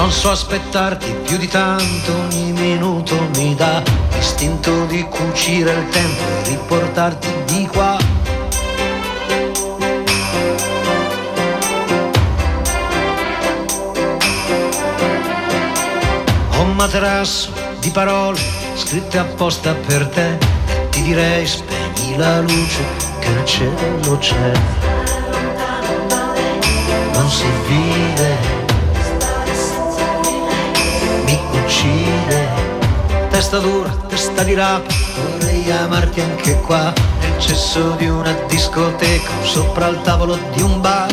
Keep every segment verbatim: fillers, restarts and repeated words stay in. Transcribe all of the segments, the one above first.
Non so aspettarti più di tanto, ogni minuto mi dà l'istinto di cucire il tempo e riportarti di qua. Ho un materasso di parole scritte apposta per te, ti direi spegni la luce che il cielo c'è. Non si vive, mi uccide, testa dura, testa di rapa, vorrei amarti anche qua, nel cesso di una discoteca, sopra il tavolo di un bar.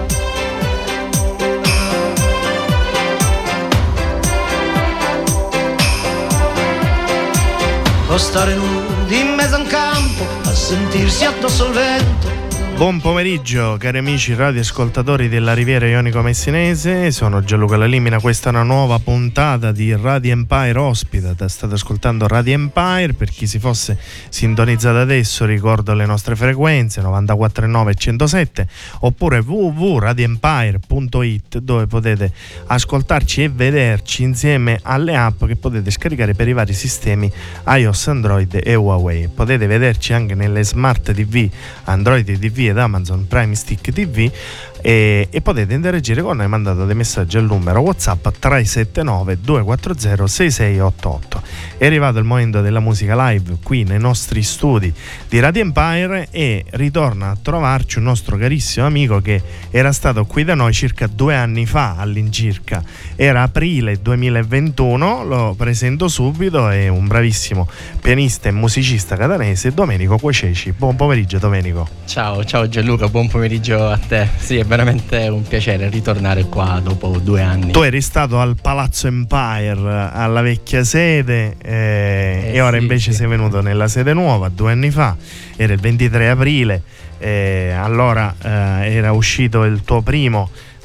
O stare nudi in mezzo a un campo, a sentirsi addosso al vento. Buon pomeriggio cari amici radioascoltatori della Riviera Ionico Messinese, sono Gianluca Lalimina, questa è una nuova puntata di Radio Empire Ospita. State ascoltando Radio Empire, per chi si fosse sintonizzato adesso ricordo le nostre frequenze novantaquattro virgola nove e centosette oppure w w w punto radio empire punto i t, dove potete ascoltarci e vederci insieme alle app che potete scaricare per i vari sistemi iOS, Android e Huawei. Potete vederci anche nelle smart T V Android T V ed Amazon Prime Stick T V e, e potete interagire con noi mandando dei messaggi al numero WhatsApp tre sette nove due quattro zero sei sei otto otto. È arrivato il momento della musica live qui nei nostri studi di Radio Empire e ritorna a trovarci un nostro carissimo amico che era stato qui da noi circa due anni fa all'incirca. Era aprile duemilaventuno, lo presento subito, è un bravissimo pianista e musicista catanese, Domenico Cuoceci. Buon pomeriggio Domenico. Ciao, ciao Gianluca, buon pomeriggio a te. Sì, è veramente un piacere ritornare qua dopo due anni. Tu eri stato al Palazzo Empire, alla vecchia sede, eh, eh, e ora sì, invece sì. sei venuto nella sede nuova due anni fa, era il ventitré aprile, eh, allora eh, era uscito il tuo primo eh,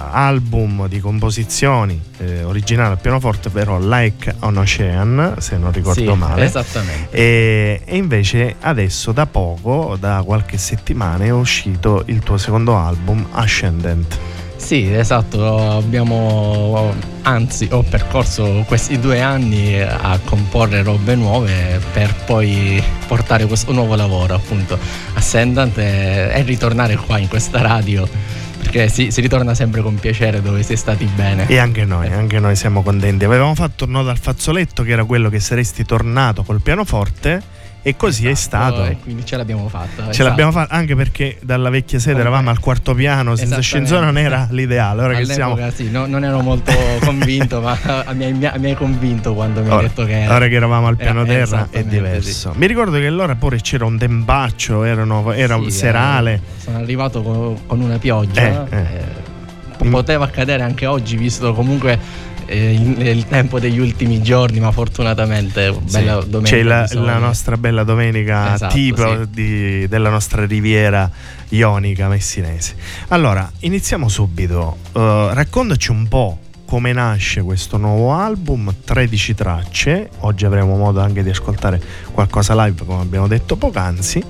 album di composizioni eh, originale al pianoforte, però Like on Ocean, se non ricordo sì, male. Esattamente. E, e invece adesso da poco, da qualche settimana, è uscito il tuo secondo album, Ascendant. Sì, esatto, abbiamo, anzi ho percorso questi due anni a comporre robe nuove per poi portare questo nuovo lavoro appunto Ascendant e, e ritornare qua in questa radio, perché si, si ritorna sempre con piacere dove si è stati bene. E anche noi, anche noi siamo contenti. Avevamo fatto un nodo al fazzoletto che era quello che saresti tornato col pianoforte e così esatto, è stato. E quindi ce l'abbiamo fatta. Ce esatto. l'abbiamo fatta anche perché dalla vecchia sede okay. eravamo al quarto piano, senza ascensore non era l'ideale. Ora che siamo... sì, no, non ero molto convinto, ma mi hai, mi hai convinto quando mi hai detto che ora che eravamo al piano era, terra è diverso. Sì. Mi ricordo che allora pure c'era un tempaccio, erano, era sì, un serale. Eh, sono arrivato con, con una pioggia. Eh, eh. Eh, poteva accadere anche oggi, visto comunque Il, il tempo degli ultimi giorni, ma fortunatamente bella sì, domenica c'è la, la nostra bella domenica esatto, tipo sì. di, della nostra riviera ionica messinese. Allora iniziamo subito, uh, raccontaci un po' come nasce questo nuovo album, tredici tracce. Oggi avremo modo anche di ascoltare qualcosa live come abbiamo detto poc'anzi,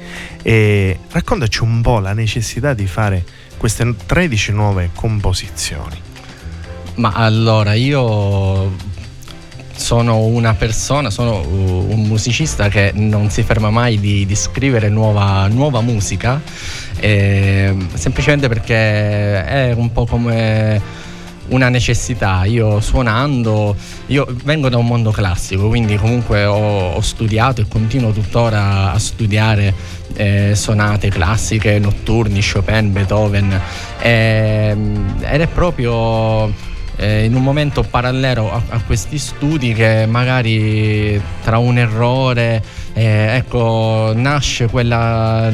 e raccontaci un po' la necessità di fare queste tredici nuove composizioni. Ma allora, io sono una persona, sono un musicista che non si ferma mai di, di scrivere nuova, nuova musica, eh, semplicemente perché è un po' come una necessità. Io suonando, io vengo da un mondo classico, quindi comunque ho, ho studiato e continuo tuttora a studiare eh, sonate classiche, notturni, Chopin, Beethoven, eh, ed è proprio Eh, in un momento parallelo a, a questi studi che magari tra un errore eh, ecco nasce quella,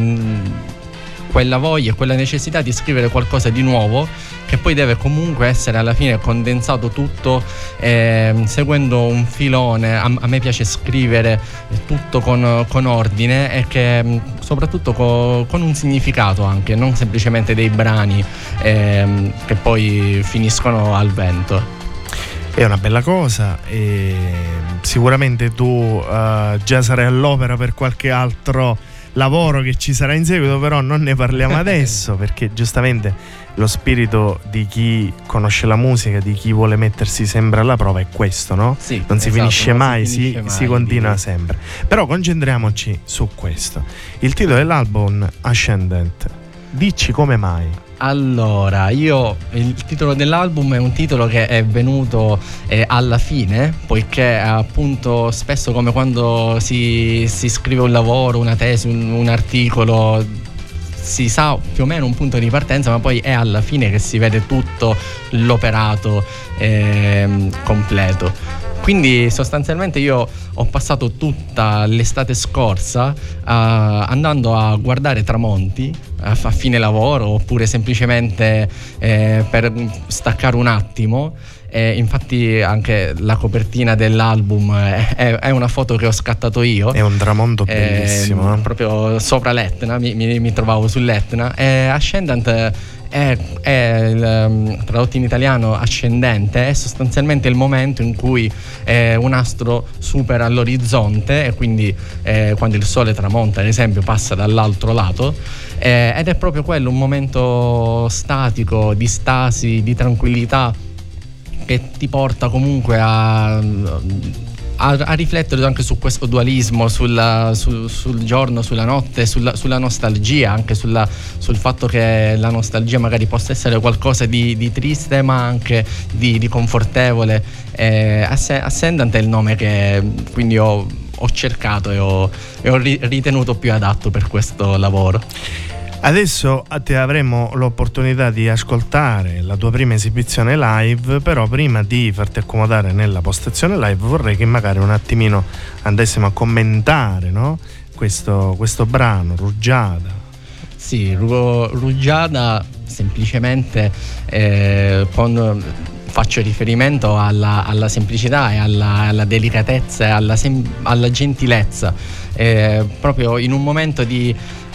quella voglia, quella necessità di scrivere qualcosa di nuovo, che poi deve comunque essere alla fine condensato tutto eh, seguendo un filone. A, a me piace scrivere tutto con, con ordine e che soprattutto co, con un significato anche, non semplicemente dei brani eh, che poi finiscono al vento. È una bella cosa e sicuramente tu uh, già sarai all'opera per qualche altro lavoro che ci sarà in seguito, però non ne parliamo adesso perché giustamente lo spirito di chi conosce la musica, di chi vuole mettersi sempre alla prova è questo, no? Sì, non si esatto, finisce non mai, si, si, finisce mai si continua di... sempre. Però concentriamoci su questo. Il titolo dell'album Ascendant, dici come mai? Allora, io il titolo dell'album è un titolo che è venuto eh, alla fine, poiché appunto spesso come quando si, si scrive un lavoro, una tesi, un, un articolo, si sa più o meno un punto di partenza, ma poi è alla fine che si vede tutto l'operato eh, completo. Quindi sostanzialmente io ho passato tutta l'estate scorsa uh, andando a guardare tramonti a, a fine lavoro, oppure semplicemente eh, per staccare un attimo. E infatti anche la copertina dell'album è, è una foto che ho scattato io. È un tramonto bellissimo, eh, eh? Proprio sopra l'Etna, mi, mi, mi trovavo sull'Etna. E Ascendant è, è il, tradotto in italiano ascendente, è sostanzialmente il momento in cui eh, un astro supera l'orizzonte, e quindi eh, quando il sole tramonta, ad esempio, passa dall'altro lato, eh, ed è proprio quello, un momento statico, di stasi, di tranquillità, che ti porta comunque a, a, a riflettere anche su questo dualismo, sulla, sul, sul giorno, sulla notte, sulla, sulla nostalgia, anche sulla, sul fatto che la nostalgia magari possa essere qualcosa di, di triste, ma anche di, di confortevole. Eh, Ascendant è il nome che quindi ho, ho cercato e ho, e ho ritenuto più adatto per questo lavoro. Adesso te avremo l'opportunità di ascoltare la tua prima esibizione live, però prima di farti accomodare nella postazione live vorrei che magari un attimino andassimo a commentare, no? questo, questo brano, Rugiada. Sì, Ru- Rugiada semplicemente eh, con... faccio riferimento alla, alla semplicità e alla, alla delicatezza e alla, sem- alla gentilezza, eh, proprio in un momento di,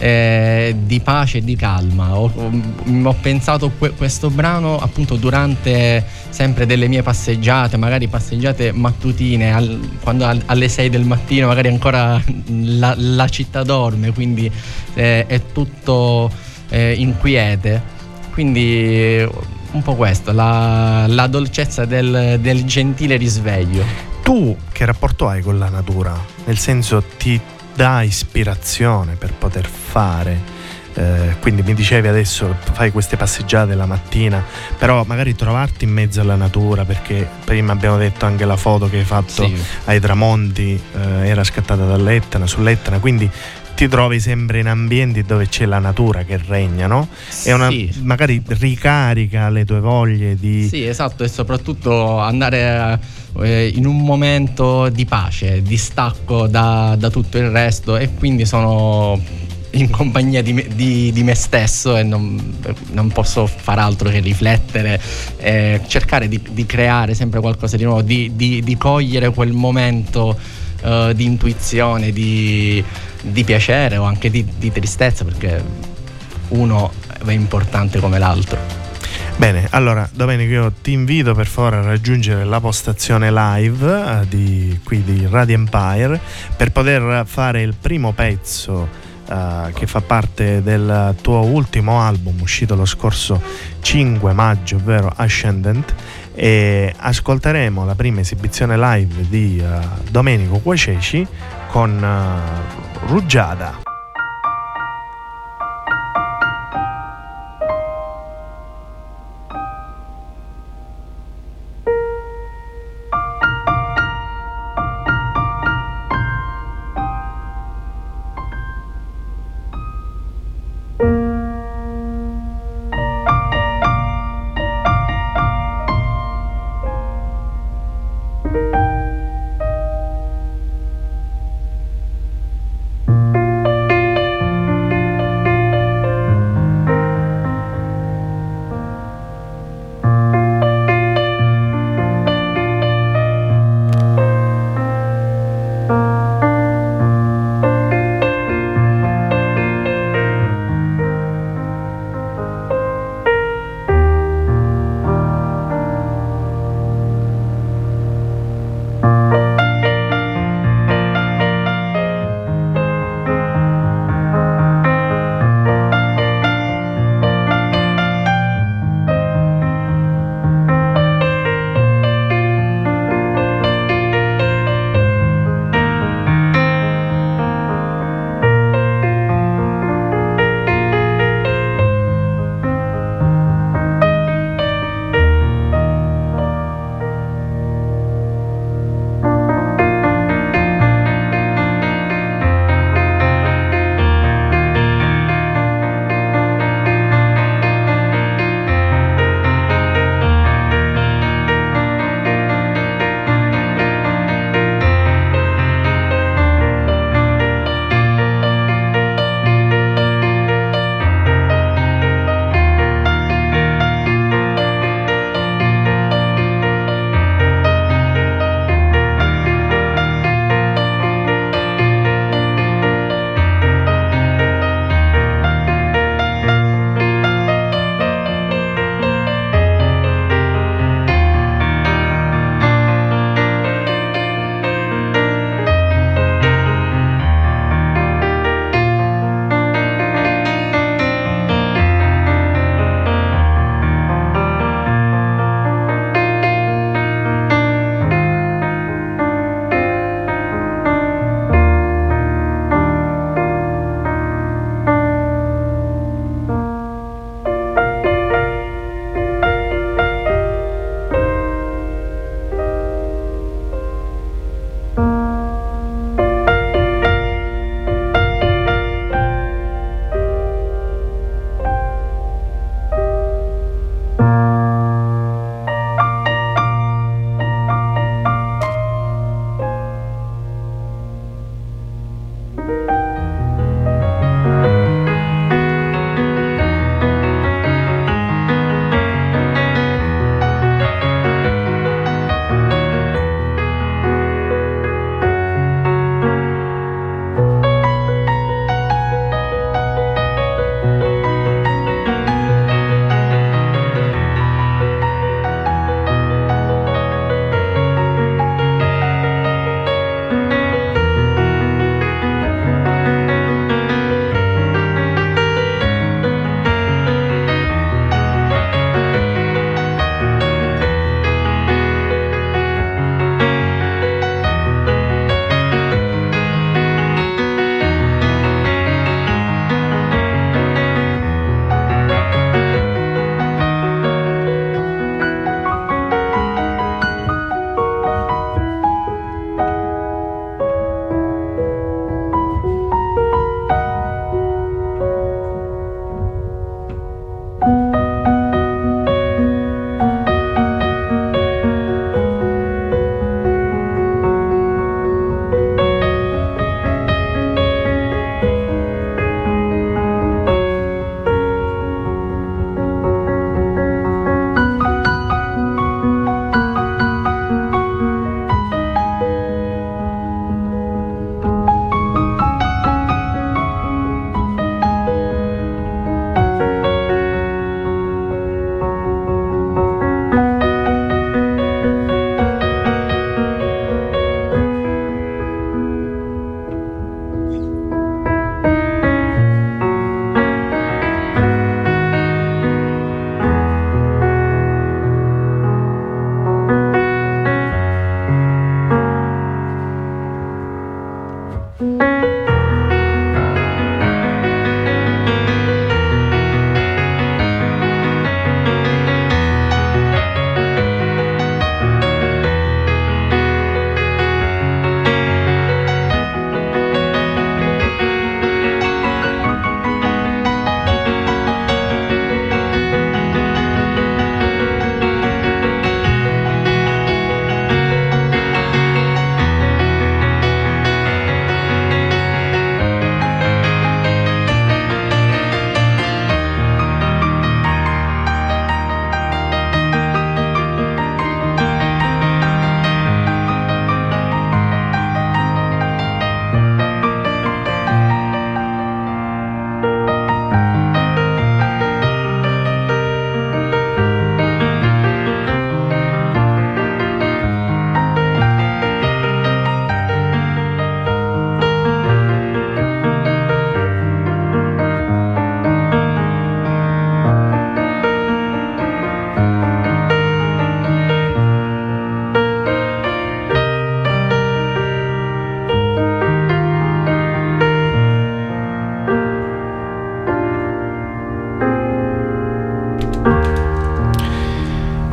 eh, di pace e di calma. Ho, ho pensato que- questo brano appunto durante sempre delle mie passeggiate, magari passeggiate mattutine, al, quando al, alle sei del mattino magari ancora la, la città dorme, quindi eh, è tutto eh, inquiete. Quindi un po' questo, la, la dolcezza del, del gentile risveglio. Tu che rapporto hai con la natura? Nel senso, ti dà ispirazione per poter fare? Eh, quindi mi dicevi adesso fai queste passeggiate la mattina, però magari trovarti in mezzo alla natura, perché prima abbiamo detto anche la foto che hai fatto sì. ai tramonti eh, era scattata dall'Etna, sull'Etna, quindi ti trovi sempre in ambienti dove c'è la natura che regna, no? E una, sì. magari ricarica le tue voglie di... Sì, esatto, e soprattutto andare eh, in un momento di pace, di stacco da, da tutto il resto, e quindi sono in compagnia di me, di, di me stesso e non, non posso far altro che riflettere, eh, cercare di, di creare sempre qualcosa di nuovo, di, di, di cogliere quel momento uh, di intuizione, di, di piacere o anche di, di tristezza, perché uno è importante come l'altro. Bene, allora Domenico, io ti invito per favore a raggiungere la postazione live eh, di, qui di Radio Empire per poter fare il primo pezzo Uh, che fa parte del tuo ultimo album uscito lo scorso cinque maggio, ovvero Ascendant, e ascolteremo la prima esibizione live di uh, Domenico Cuaceci con uh, Rugiada.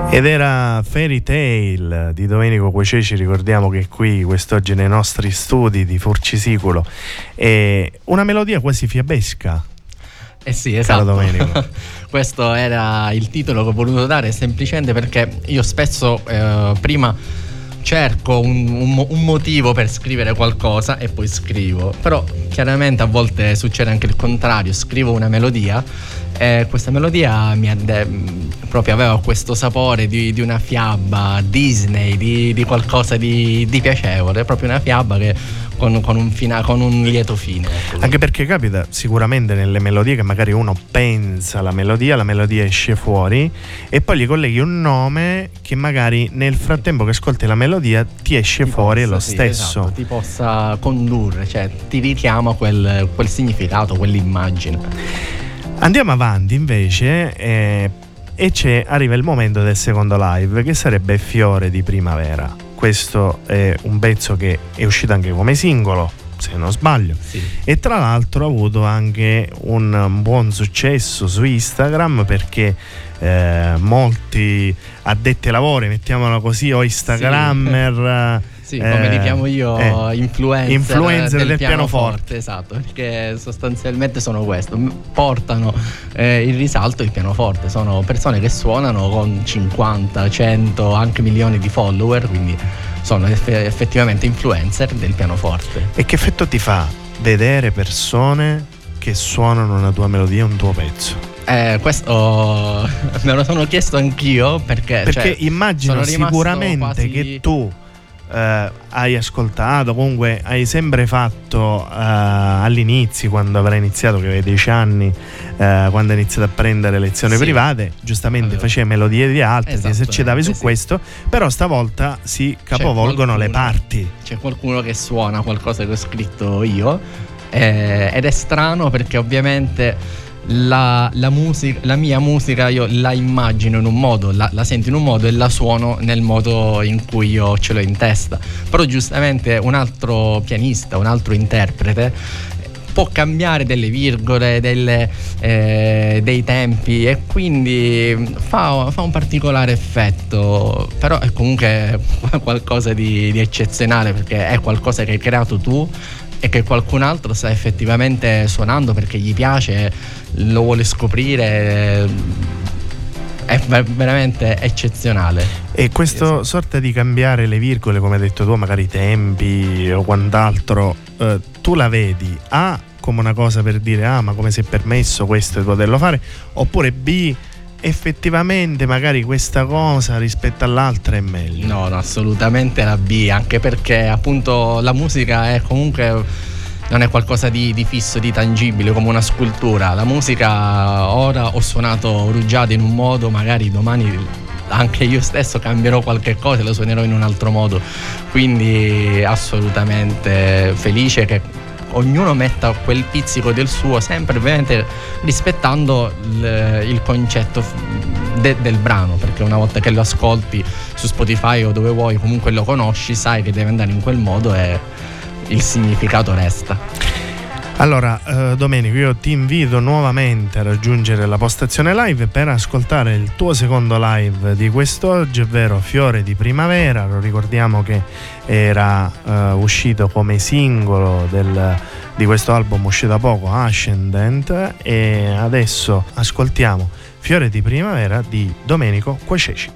Ed era Fairy Tale di Domenico Cuoceci. Ricordiamo che qui quest'oggi nei nostri studi di Furcisicolo è una melodia quasi fiabesca. Eh sì, esatto. Caro Domenico. Questo era il titolo che ho voluto dare semplicemente perché io spesso eh, prima cerco un, un, un motivo per scrivere qualcosa e poi scrivo, però chiaramente a volte succede anche il contrario, scrivo una melodia e questa melodia mi ade- proprio aveva questo sapore di, di una fiaba Disney, di, di qualcosa di, di piacevole, proprio una fiaba che con, con, un, fina, con un lieto fine, ecco. Anche perché capita sicuramente nelle melodie che magari uno pensa la melodia, la melodia esce fuori e poi gli colleghi un nome che magari nel frattempo che ascolti la melodia ti esce ti fuori possa, lo sì, stesso, esatto, ti possa condurre, cioè ti richiama quel, quel significato, quell'immagine. Andiamo avanti invece eh, e c'è, arriva il momento del secondo live, che sarebbe Fiore di Primavera. Questo è un pezzo che è uscito anche come singolo, se non sbaglio, sì. E tra l'altro ha avuto anche un buon successo su Instagram perché eh, molti addetti ai lavori, mettiamola così, o Instagrammer sì. Sì, come eh, li chiamo io, eh, influencer, influencer del, del pianoforte, esatto, perché sostanzialmente sono questo, portano eh, in risalto il pianoforte, sono persone che suonano con cinquanta, cento, anche milioni di follower, quindi sono eff- effettivamente influencer del pianoforte. E che effetto ti fa vedere persone che suonano una tua melodia, un tuo pezzo? Eh, questo me lo sono chiesto anch'io perché, perché cioè, immagino sicuramente quasi... che tu Uh, hai ascoltato, comunque hai sempre fatto uh, all'inizio, quando avrai iniziato, che avevi dieci anni, uh, quando hai iniziato a prendere lezioni sì. private, giustamente allora. facevi melodie di altri, ti esercitavi su sì. questo, però stavolta si capovolgono le parti. C'è qualcuno che suona qualcosa che ho scritto io eh, ed è strano perché ovviamente La, la, musica, la mia musica io la immagino in un modo, la, la sento in un modo e la suono nel modo in cui io ce l'ho in testa. Però giustamente un altro pianista, un altro interprete può cambiare delle virgole, delle, eh, dei tempi e quindi fa, fa un particolare effetto, però è comunque qualcosa di, di eccezionale perché è qualcosa che hai creato tu e che qualcun altro sta effettivamente suonando perché gli piace, lo vuole scoprire, è veramente eccezionale. E questo sorta di cambiare le virgole, come hai detto tu, magari i tempi o quant'altro, eh, tu la vedi A come una cosa per dire ah ma come si è permesso questo di poterlo fare, oppure B effettivamente magari questa cosa rispetto all'altra è meglio? No, no, assolutamente la B, anche perché appunto la musica è comunque non è qualcosa di, di fisso, di tangibile come una scultura. La musica, ora ho suonato rugiada in un modo, magari domani anche io stesso cambierò qualche cosa e lo suonerò in un altro modo, quindi assolutamente felice che ognuno metta quel pizzico del suo, sempre ovviamente rispettando il, il concetto de, del brano, perché una volta che lo ascolti su Spotify o dove vuoi, comunque lo conosci, sai che deve andare in quel modo e il significato resta. Allora eh, Domenico, io ti invito nuovamente a raggiungere la postazione live per ascoltare il tuo secondo live di quest'oggi, ovvero Fiore di Primavera. Lo ricordiamo che era eh, uscito come singolo del, di questo album uscito da poco, Ascendant, e adesso ascoltiamo Fiore di Primavera di Domenico Cuoceci.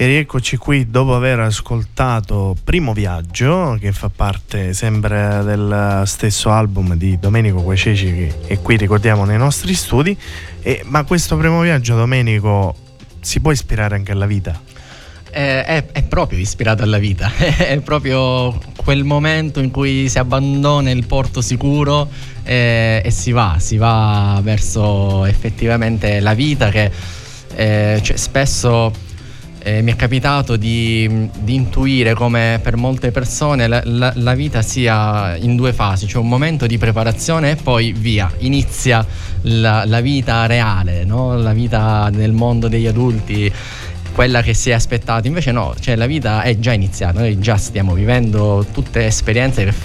E rieccoci qui dopo aver ascoltato Primo Viaggio, che fa parte sempre del stesso album di Domenico Quececi, che è qui, ricordiamo, nei nostri studi. E, ma questo Primo Viaggio, Domenico, si può ispirare anche alla vita? È, è, è proprio ispirato alla vita, è proprio quel momento in cui si abbandona il porto sicuro e, e si va, si va verso effettivamente la vita che eh, cioè, spesso Eh, mi è capitato di, di intuire come per molte persone la, la, la vita sia in due fasi, cioè un momento di preparazione e poi via, inizia la, la vita reale, no? La vita nel mondo degli adulti, quella che si è aspettato. Invece no, cioè la vita è già iniziata, noi già stiamo vivendo tutte esperienze che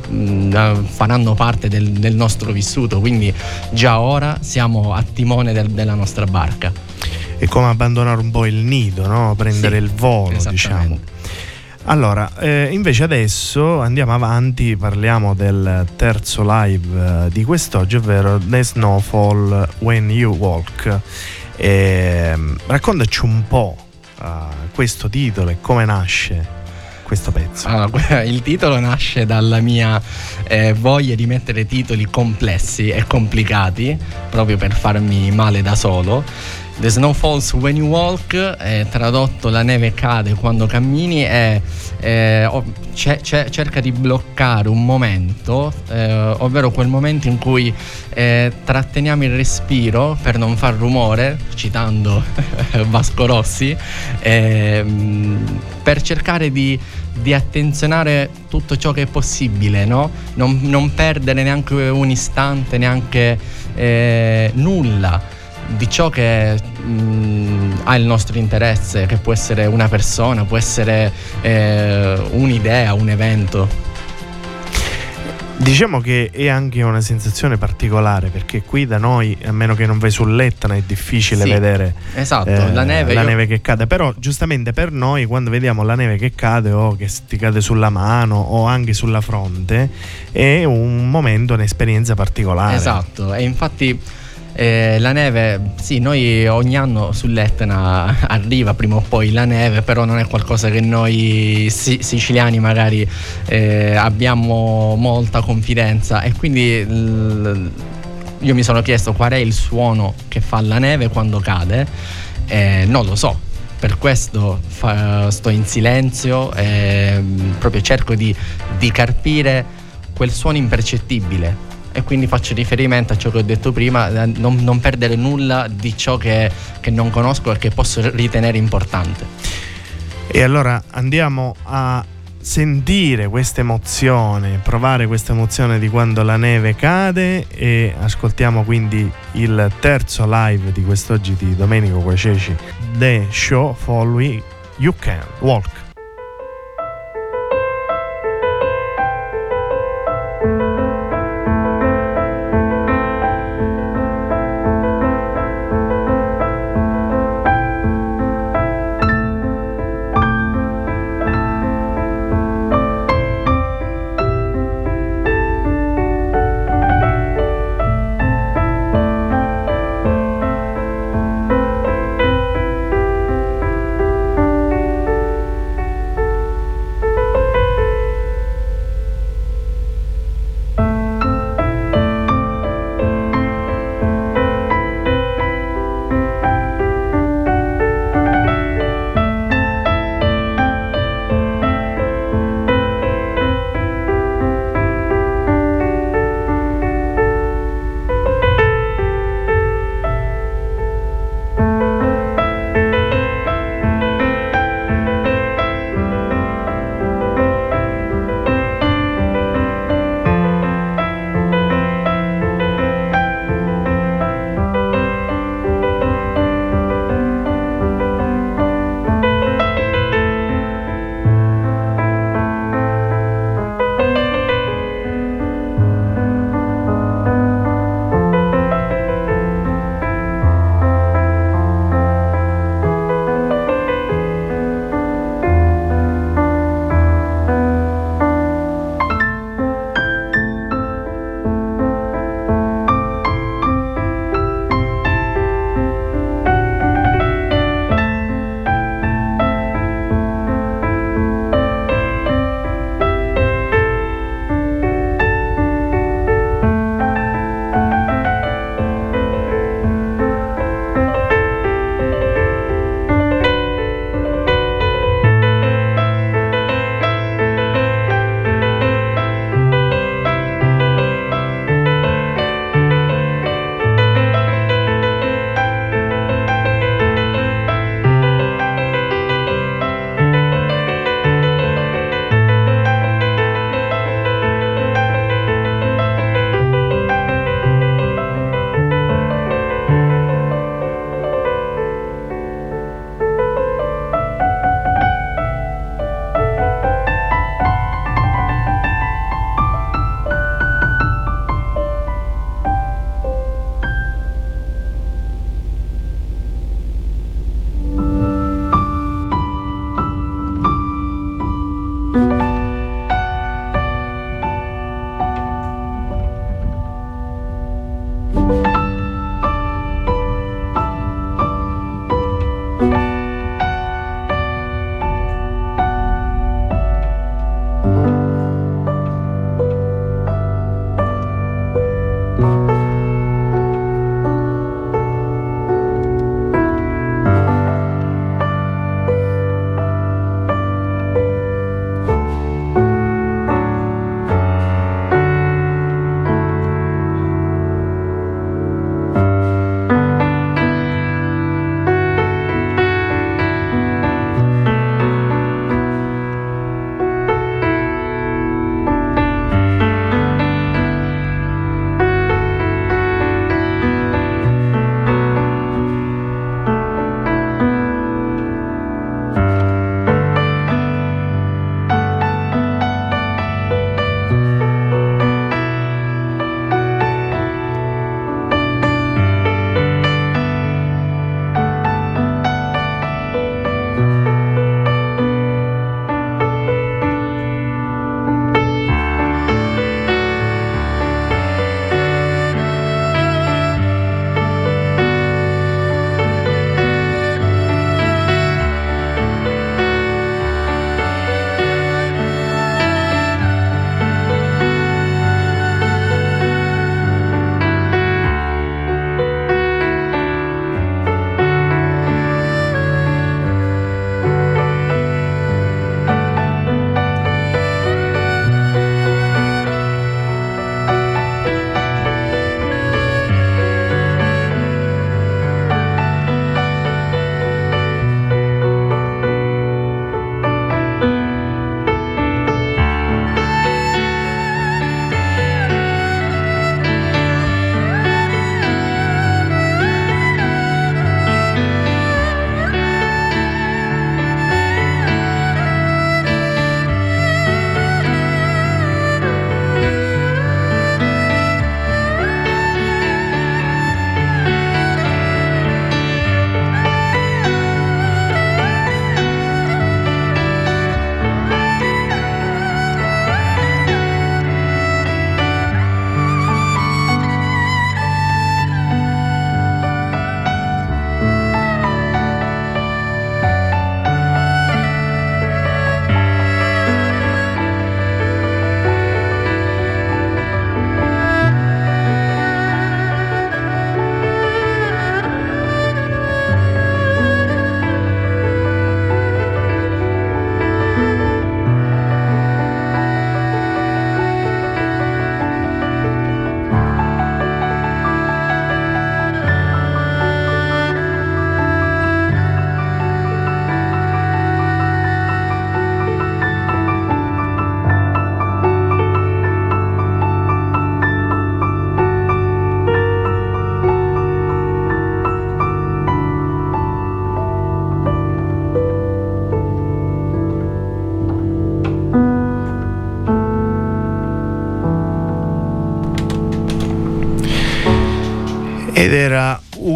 mh, faranno parte del, del nostro vissuto, quindi già ora siamo a timone del, della nostra barca. È come abbandonare un po' il nido, no? Prendere Sì, il volo, diciamo. Allora, eh, invece adesso andiamo avanti, parliamo del terzo live eh, di quest'oggi, ovvero The Snowfall When You Walk. Eh, raccontaci un po' uh, questo titolo e come nasce questo pezzo. Allora, il titolo nasce dalla mia eh, voglia di mettere titoli complessi e complicati, proprio per farmi male da solo. The Snow Falls When You Walk, eh, tradotto la neve cade quando cammini, è, eh, oh, c- c- cerca di bloccare un momento, eh, ovvero quel momento in cui eh, tratteniamo il respiro per non far rumore, citando Vasco Rossi, eh, per cercare di, di attenzionare tutto ciò che è possibile, no? Non, non perdere neanche un istante, neanche eh, nulla di ciò che mh, ha il nostro interesse, che può essere una persona, può essere eh, un'idea, un evento. Diciamo che è anche una sensazione particolare, perché qui da noi, a meno che non vai sull'Etna, è difficile sì, vedere esatto, eh, la, neve, la io... neve che cade. Però giustamente per noi, quando vediamo la neve che cade o che ti cade sulla mano o anche sulla fronte, è un momento, un'esperienza particolare. Esatto, e infatti Eh, la neve, sì, noi ogni anno sull'Etna arriva prima o poi la neve, però non è qualcosa che noi si- siciliani magari eh, abbiamo molta confidenza, e quindi l- io mi sono chiesto qual è il suono che fa la neve quando cade, eh, non lo so. Per questo fa, sto in silenzio e proprio cerco di, di carpire quel suono impercettibile. E quindi faccio riferimento a ciò che ho detto prima, non, non perdere nulla di ciò che, che non conosco e che posso ritenere importante. E allora andiamo a sentire questa emozione, provare questa emozione di quando la neve cade, e ascoltiamo quindi il terzo live di quest'oggi di Domenico Quececi, The Show Follow You Can Walk.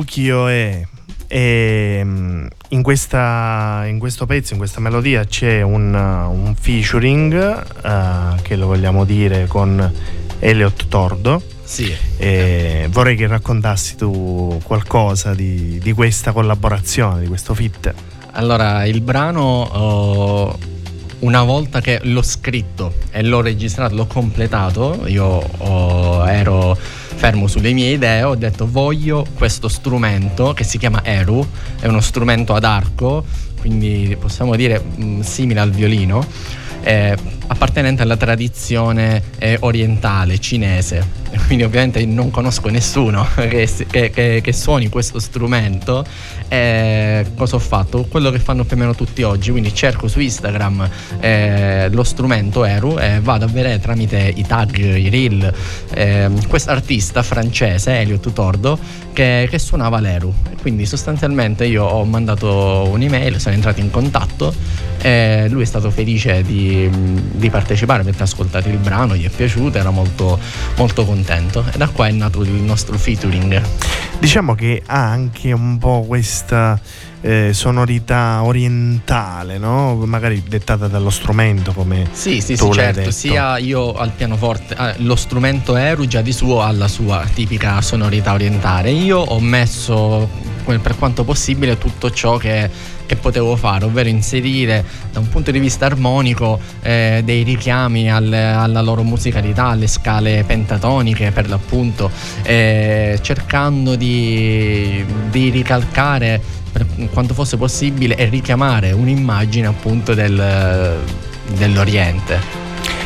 Ukiyo-e. E in, questa, in questo pezzo, in questa melodia c'è un, un featuring uh, che lo vogliamo dire con Elliott Tordo. Sì. E vorrei che raccontassi tu qualcosa di, di questa collaborazione, di questo feat. Allora, il brano, uh, una volta che l'ho scritto e l'ho registrato, l'ho completato, io uh, ero fermo sulle mie idee, ho detto voglio questo strumento che si chiama Eru, è uno strumento ad arco, quindi possiamo dire mh, simile al violino, eh, appartenente alla tradizione eh, orientale cinese. Quindi ovviamente non conosco nessuno che, che, che, che suoni questo strumento. E cosa ho fatto? Quello che fanno più o meno tutti oggi, quindi cerco su Instagram eh, lo strumento Eru e vado a vedere tramite i tag, i reel, eh, quest'artista francese, Elliott Tordo, che, che suonava l'Eru. Quindi sostanzialmente io ho mandato un'email, sono entrato in contatto e lui è stato felice di, di partecipare perché ha ascoltato il brano, gli è piaciuto, era molto, molto contento, e da qua è nato il nostro featuring. Diciamo che ha anche un po' questa eh, sonorità orientale, no? Magari dettata dallo strumento, come sì, sì, tu sì, l'hai certo, detto. sia io al pianoforte, eh, lo strumento Eru già di suo ha la sua tipica sonorità orientale. Io ho messo per quanto possibile tutto ciò che, che potevo fare, ovvero inserire da un punto di vista armonico eh, dei richiami al, alla loro musicalità, alle scale pentatoniche per l'appunto, eh, cercando di, di ricalcare per quanto fosse possibile e richiamare un'immagine appunto del, dell'Oriente.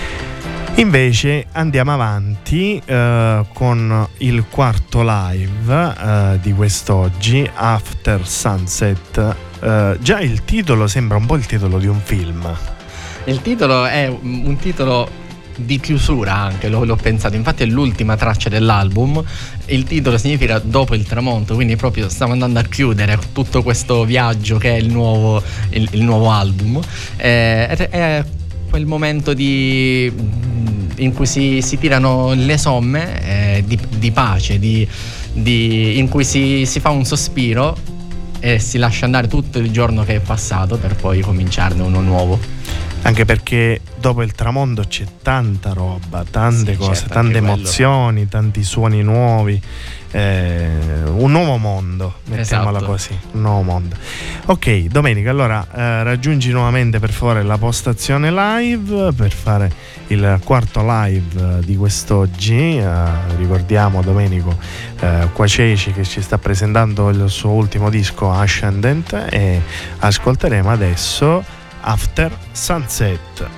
Invece andiamo avanti uh, con il quarto live uh, di quest'oggi, After Sunset. Uh, già il titolo sembra un po' il titolo di un film. Il titolo è un titolo di chiusura anche, l'ho, l'ho pensato, infatti è l'ultima traccia dell'album. Il titolo significa dopo il tramonto, quindi proprio stiamo andando a chiudere tutto questo viaggio che è il nuovo, il, il nuovo album. Eh, è, è quel momento di, in cui si, si tirano le somme eh, di, di pace, di, di, in cui si, si fa un sospiro e si lascia andare tutto il giorno che è passato per poi cominciarne uno nuovo. Anche perché dopo il tramonto c'è tanta roba, tante sì, cose, certo, tante emozioni, quello. Tanti suoni nuovi, eh, un nuovo mondo, mettiamola esatto. così, un nuovo mondo. Ok, Domenico, allora eh, raggiungi nuovamente per favore la postazione live per fare il quarto live di quest'oggi. Eh, ricordiamo Domenico eh, Quaceci che ci sta presentando il suo ultimo disco Ascendant, e ascolteremo adesso After Sunset.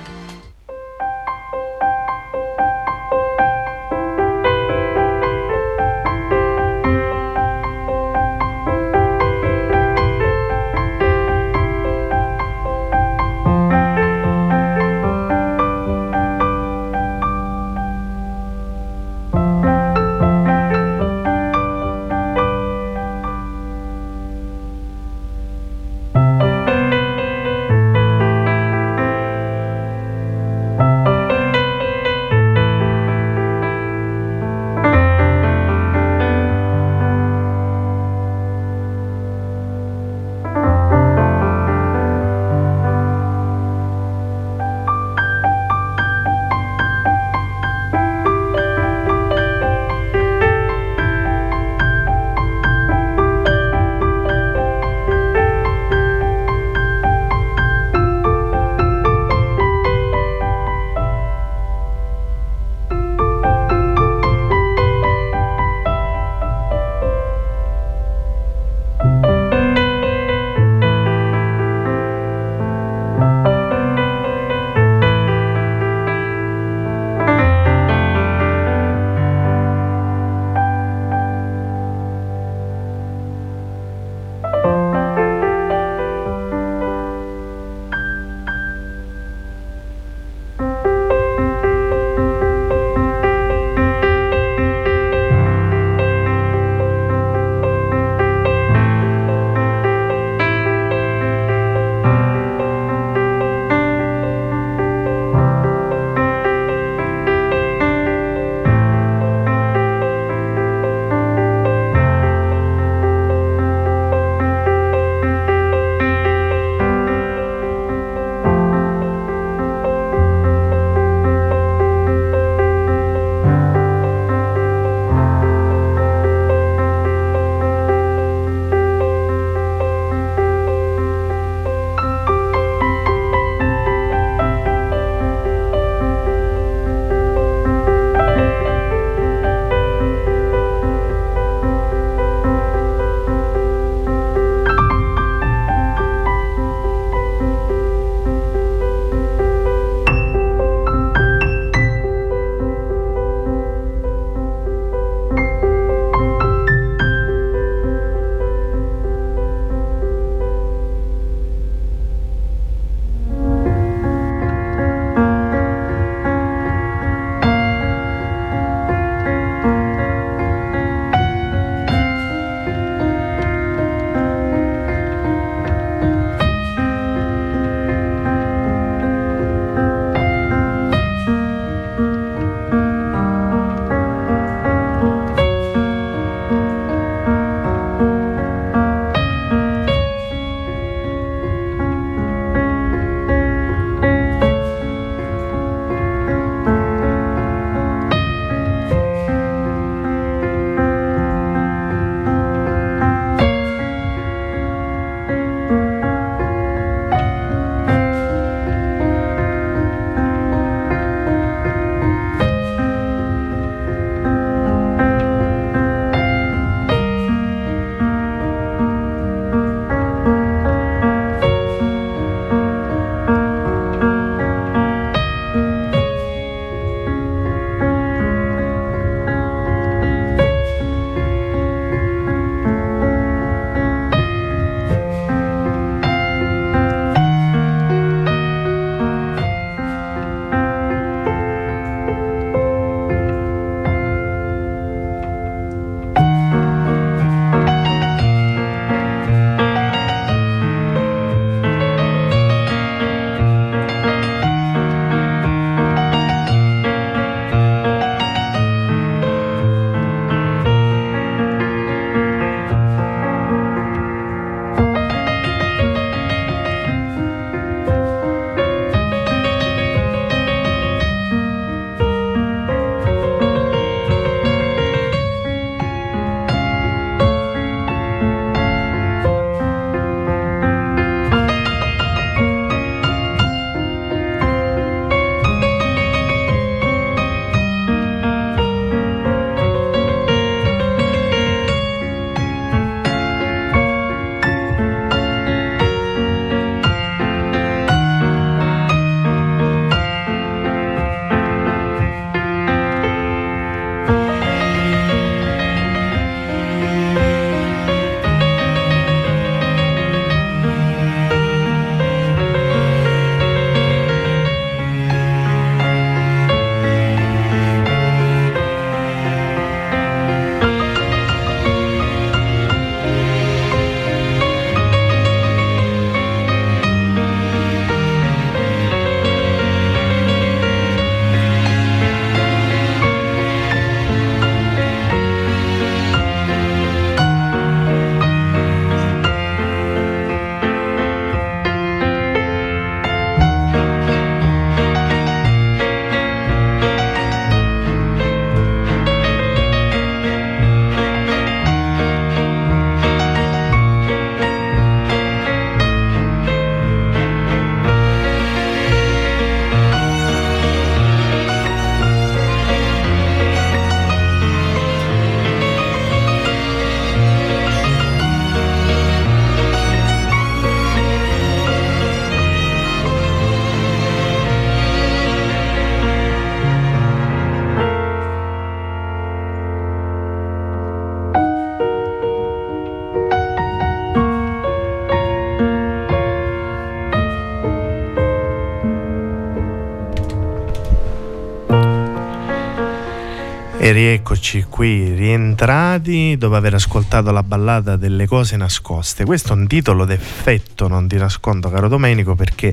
E rieccoci qui rientrati dopo aver ascoltato la ballata delle cose nascoste. Questo è un titolo d'effetto, non ti nascondo caro Domenico, perché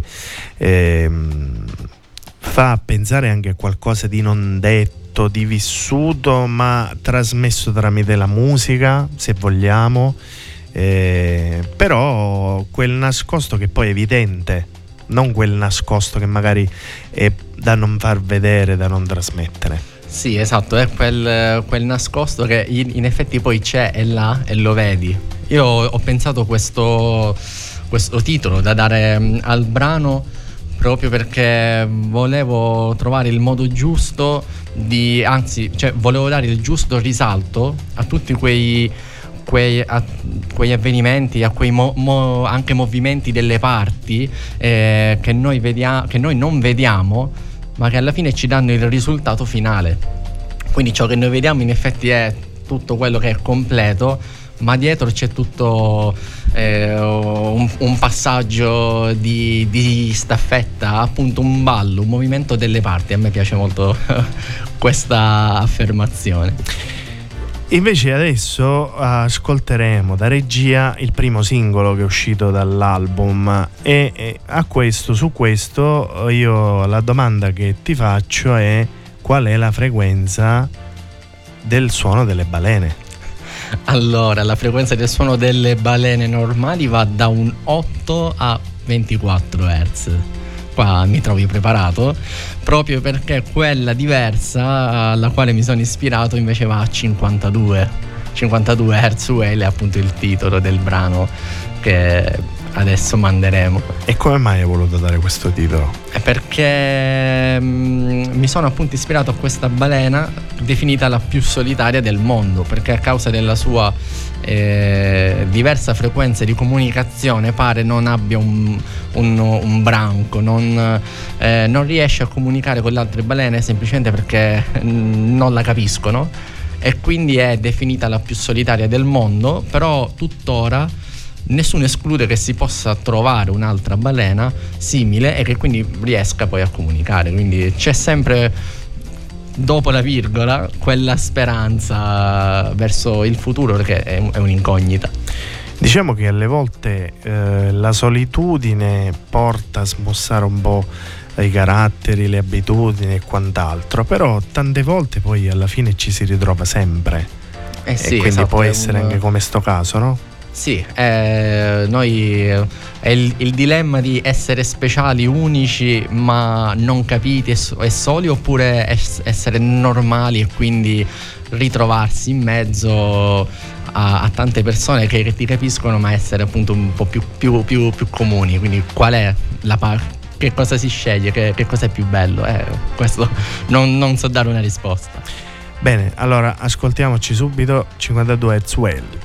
ehm, fa pensare anche a qualcosa di non detto, di vissuto, ma trasmesso tramite la musica, se vogliamo, eh, però quel nascosto che poi è evidente, non quel nascosto che magari è da non far vedere, da non trasmettere. Sì, esatto, è quel, quel nascosto che in, in effetti poi c'è, è là e lo vedi. Io ho pensato questo, questo titolo da dare al brano proprio perché volevo trovare il modo giusto di, anzi, cioè volevo dare il giusto risalto a tutti quei Quei, a, quei avvenimenti, a quei mo, mo, anche movimenti delle parti eh, che noi vediamo, che noi non vediamo, ma che alla fine ci danno il risultato finale. Quindi ciò che noi vediamo in effetti è tutto quello che è completo, ma dietro c'è tutto eh, un, un passaggio di, di staffetta, appunto un ballo, un movimento delle parti. A me piace molto questa affermazione. Invece adesso ascolteremo da regia il primo singolo che è uscito dall'album e, e a questo, su questo io la domanda che ti faccio è: qual è la frequenza del suono delle balene? Allora, la frequenza del suono delle balene normali va da un otto a ventiquattro hertz. Qua mi trovi preparato, proprio perché quella diversa alla quale mi sono ispirato invece va a cinquantadue hertz Whale, è appunto il titolo del brano che adesso manderemo. E come mai hai voluto dare questo titolo? È perché mh, mi sono appunto ispirato a questa balena definita la più solitaria del mondo, perché a causa della sua eh, diversa frequenza di comunicazione pare non abbia un, un, un branco, non, eh, non riesce a comunicare con le altre balene semplicemente perché mh, non la capiscono, e quindi è definita la più solitaria del mondo. Però tuttora nessuno esclude che si possa trovare un'altra balena simile e che quindi riesca poi a comunicare. Quindi c'è sempre, dopo la virgola, quella speranza verso il futuro, perché è, è un'incognita. Diciamo che alle volte eh, la solitudine porta a smussare un po' i caratteri, le abitudini e quant'altro, però tante volte poi alla fine ci si ritrova sempre. Eh sì, e quindi esatto, può essere un... anche come sto caso, no? Sì, eh, noi è il, il dilemma di essere speciali, unici, ma non capiti e, e soli, oppure es- essere normali e quindi ritrovarsi in mezzo a, a tante persone che, che ti capiscono, ma essere appunto un po' più, più, più, più comuni. Quindi qual è la parte? Che cosa si sceglie? Che, che cosa è più bello? Eh, questo non, non so dare una risposta. Bene, allora ascoltiamoci subito cinquantadue hertz Whale.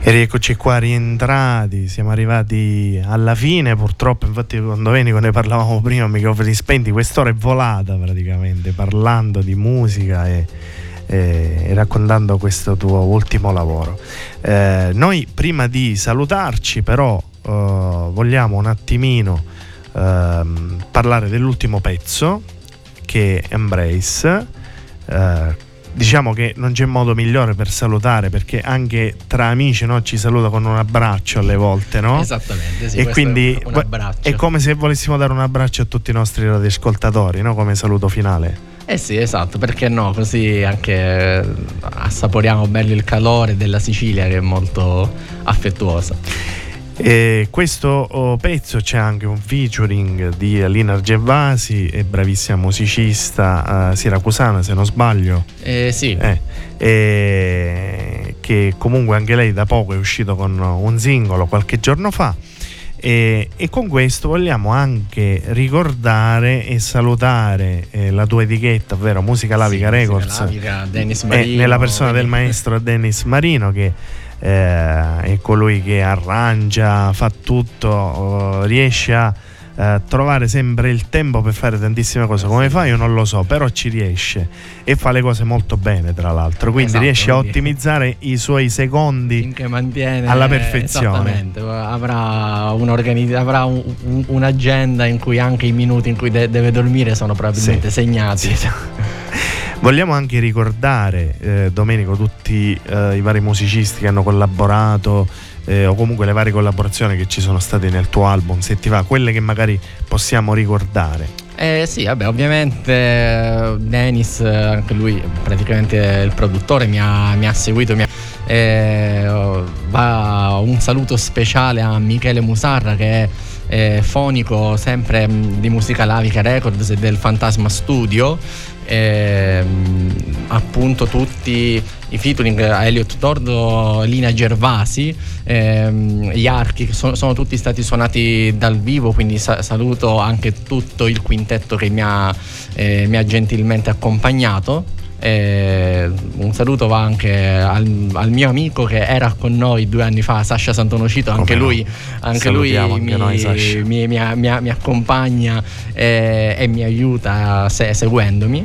E rieccoci qua rientrati, siamo arrivati alla fine purtroppo, infatti con Domenico ne parlavamo prima, microfoni spenti, quest'ora è volata praticamente parlando di musica e, e, e raccontando questo tuo ultimo lavoro. Eh, noi prima di salutarci però eh, vogliamo un attimino eh, parlare dell'ultimo pezzo che è Embrace. eh, Diciamo che non c'è modo migliore per salutare, perché anche tra amici, no, ci saluta con un abbraccio alle volte, no? Esattamente, sì, e quindi è un abbraccio. È come se volessimo dare un abbraccio a tutti i nostri radioascoltatori, no? Come saluto finale. Eh sì, esatto, perché no? Così anche assaporiamo bello il calore della Sicilia, che è molto affettuosa. E questo oh, pezzo c'è anche un featuring di Alina Gervasi, è bravissima musicista uh, siracusana, se non sbaglio. Eh sì. Eh, eh, che comunque anche lei da poco è uscito con un singolo qualche giorno fa. E, e con questo vogliamo anche ricordare e salutare eh, la tua etichetta, ovvero Musica Lavica sì, Records, Musica Lavica, Dennis Marino, eh, nella persona del maestro Dennis Marino, che eh, è colui che arrangia, fa tutto, eh, riesce a eh, trovare sempre il tempo per fare tantissime cose. Come fa io non lo so, però ci riesce e fa le cose molto bene, tra l'altro, quindi esatto, riesce quindi a ottimizzare i suoi secondi che mantiene alla perfezione. Esattamente, avrà, avrà un, un, un'agenda in cui anche i minuti in cui de- deve dormire sono probabilmente sì. segnati. Sì. Vogliamo anche ricordare, eh, Domenico, tutti eh, i vari musicisti che hanno collaborato eh, o comunque le varie collaborazioni che ci sono state nel tuo album, se ti va, quelle che magari possiamo ricordare. Eh sì, vabbè, ovviamente Dennis, anche lui praticamente il produttore, mi ha, mi ha seguito, mi ha, eh, va un saluto speciale a Michele Musarra, che è eh, fonico sempre di Musica Lavica Records e del Fantasma Studio. Eh, appunto tutti i featuring, Elliot Tordo, Lina Gervasi, ehm, gli archi che sono, sono tutti stati suonati dal vivo, quindi sa- saluto anche tutto il quintetto che mi ha, eh, mi ha gentilmente accompagnato. Eh, un saluto va anche al, al mio amico che era con noi due anni fa, Sasha Santonocito, anche Come lui, no? anche lui anche mi, noi, mi, mi, mi, mi accompagna eh, e mi aiuta se, seguendomi.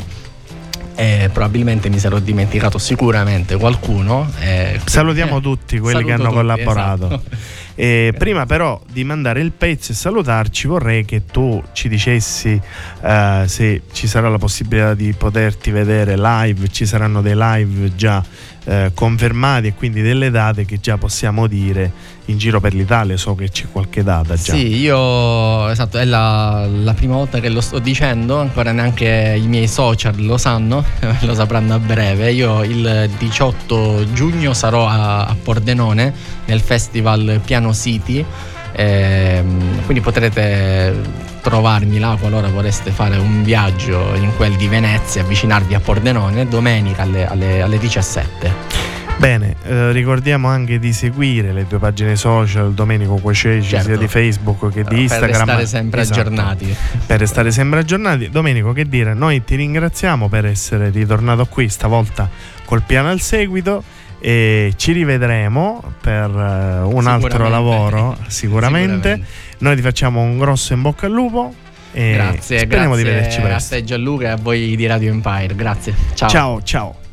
Eh, probabilmente mi sarò dimenticato sicuramente qualcuno. Eh, Salutiamo eh, tutti quelli che hanno tutti, collaborato. Esatto. E prima però di mandare il pezzo e salutarci, vorrei che tu ci dicessi uh, se ci sarà la possibilità di poterti vedere live. Ci saranno dei live già uh, confermati e quindi delle date che già possiamo dire in giro per l'Italia. So che c'è qualche data già. Sì, io esatto, è la, la prima volta che lo sto dicendo, ancora neanche i miei social lo sanno, lo sapranno a breve. Io il diciotto giugno sarò a, a Pordenone nel festival Piano City, eh, quindi potrete trovarmi là qualora vorreste fare un viaggio in quel di Venezia, avvicinarvi a Pordenone domenica alle, alle, alle dicissette. Bene, eh, ricordiamo anche di seguire le tue pagine social, Domenico Cuoceci, certo, sia di Facebook che di Instagram, per restare sempre esatto, aggiornati. Per restare sempre aggiornati. Domenico, che dire, noi ti ringraziamo per essere ritornato qui, stavolta col piano al seguito, e ci rivedremo per uh, un altro lavoro sicuramente. sicuramente. Noi ti facciamo un grosso in bocca al lupo e grazie, speriamo grazie di vederci presto. A te Gianluca e a voi di Radio Empire, grazie. Ciao ciao. ciao.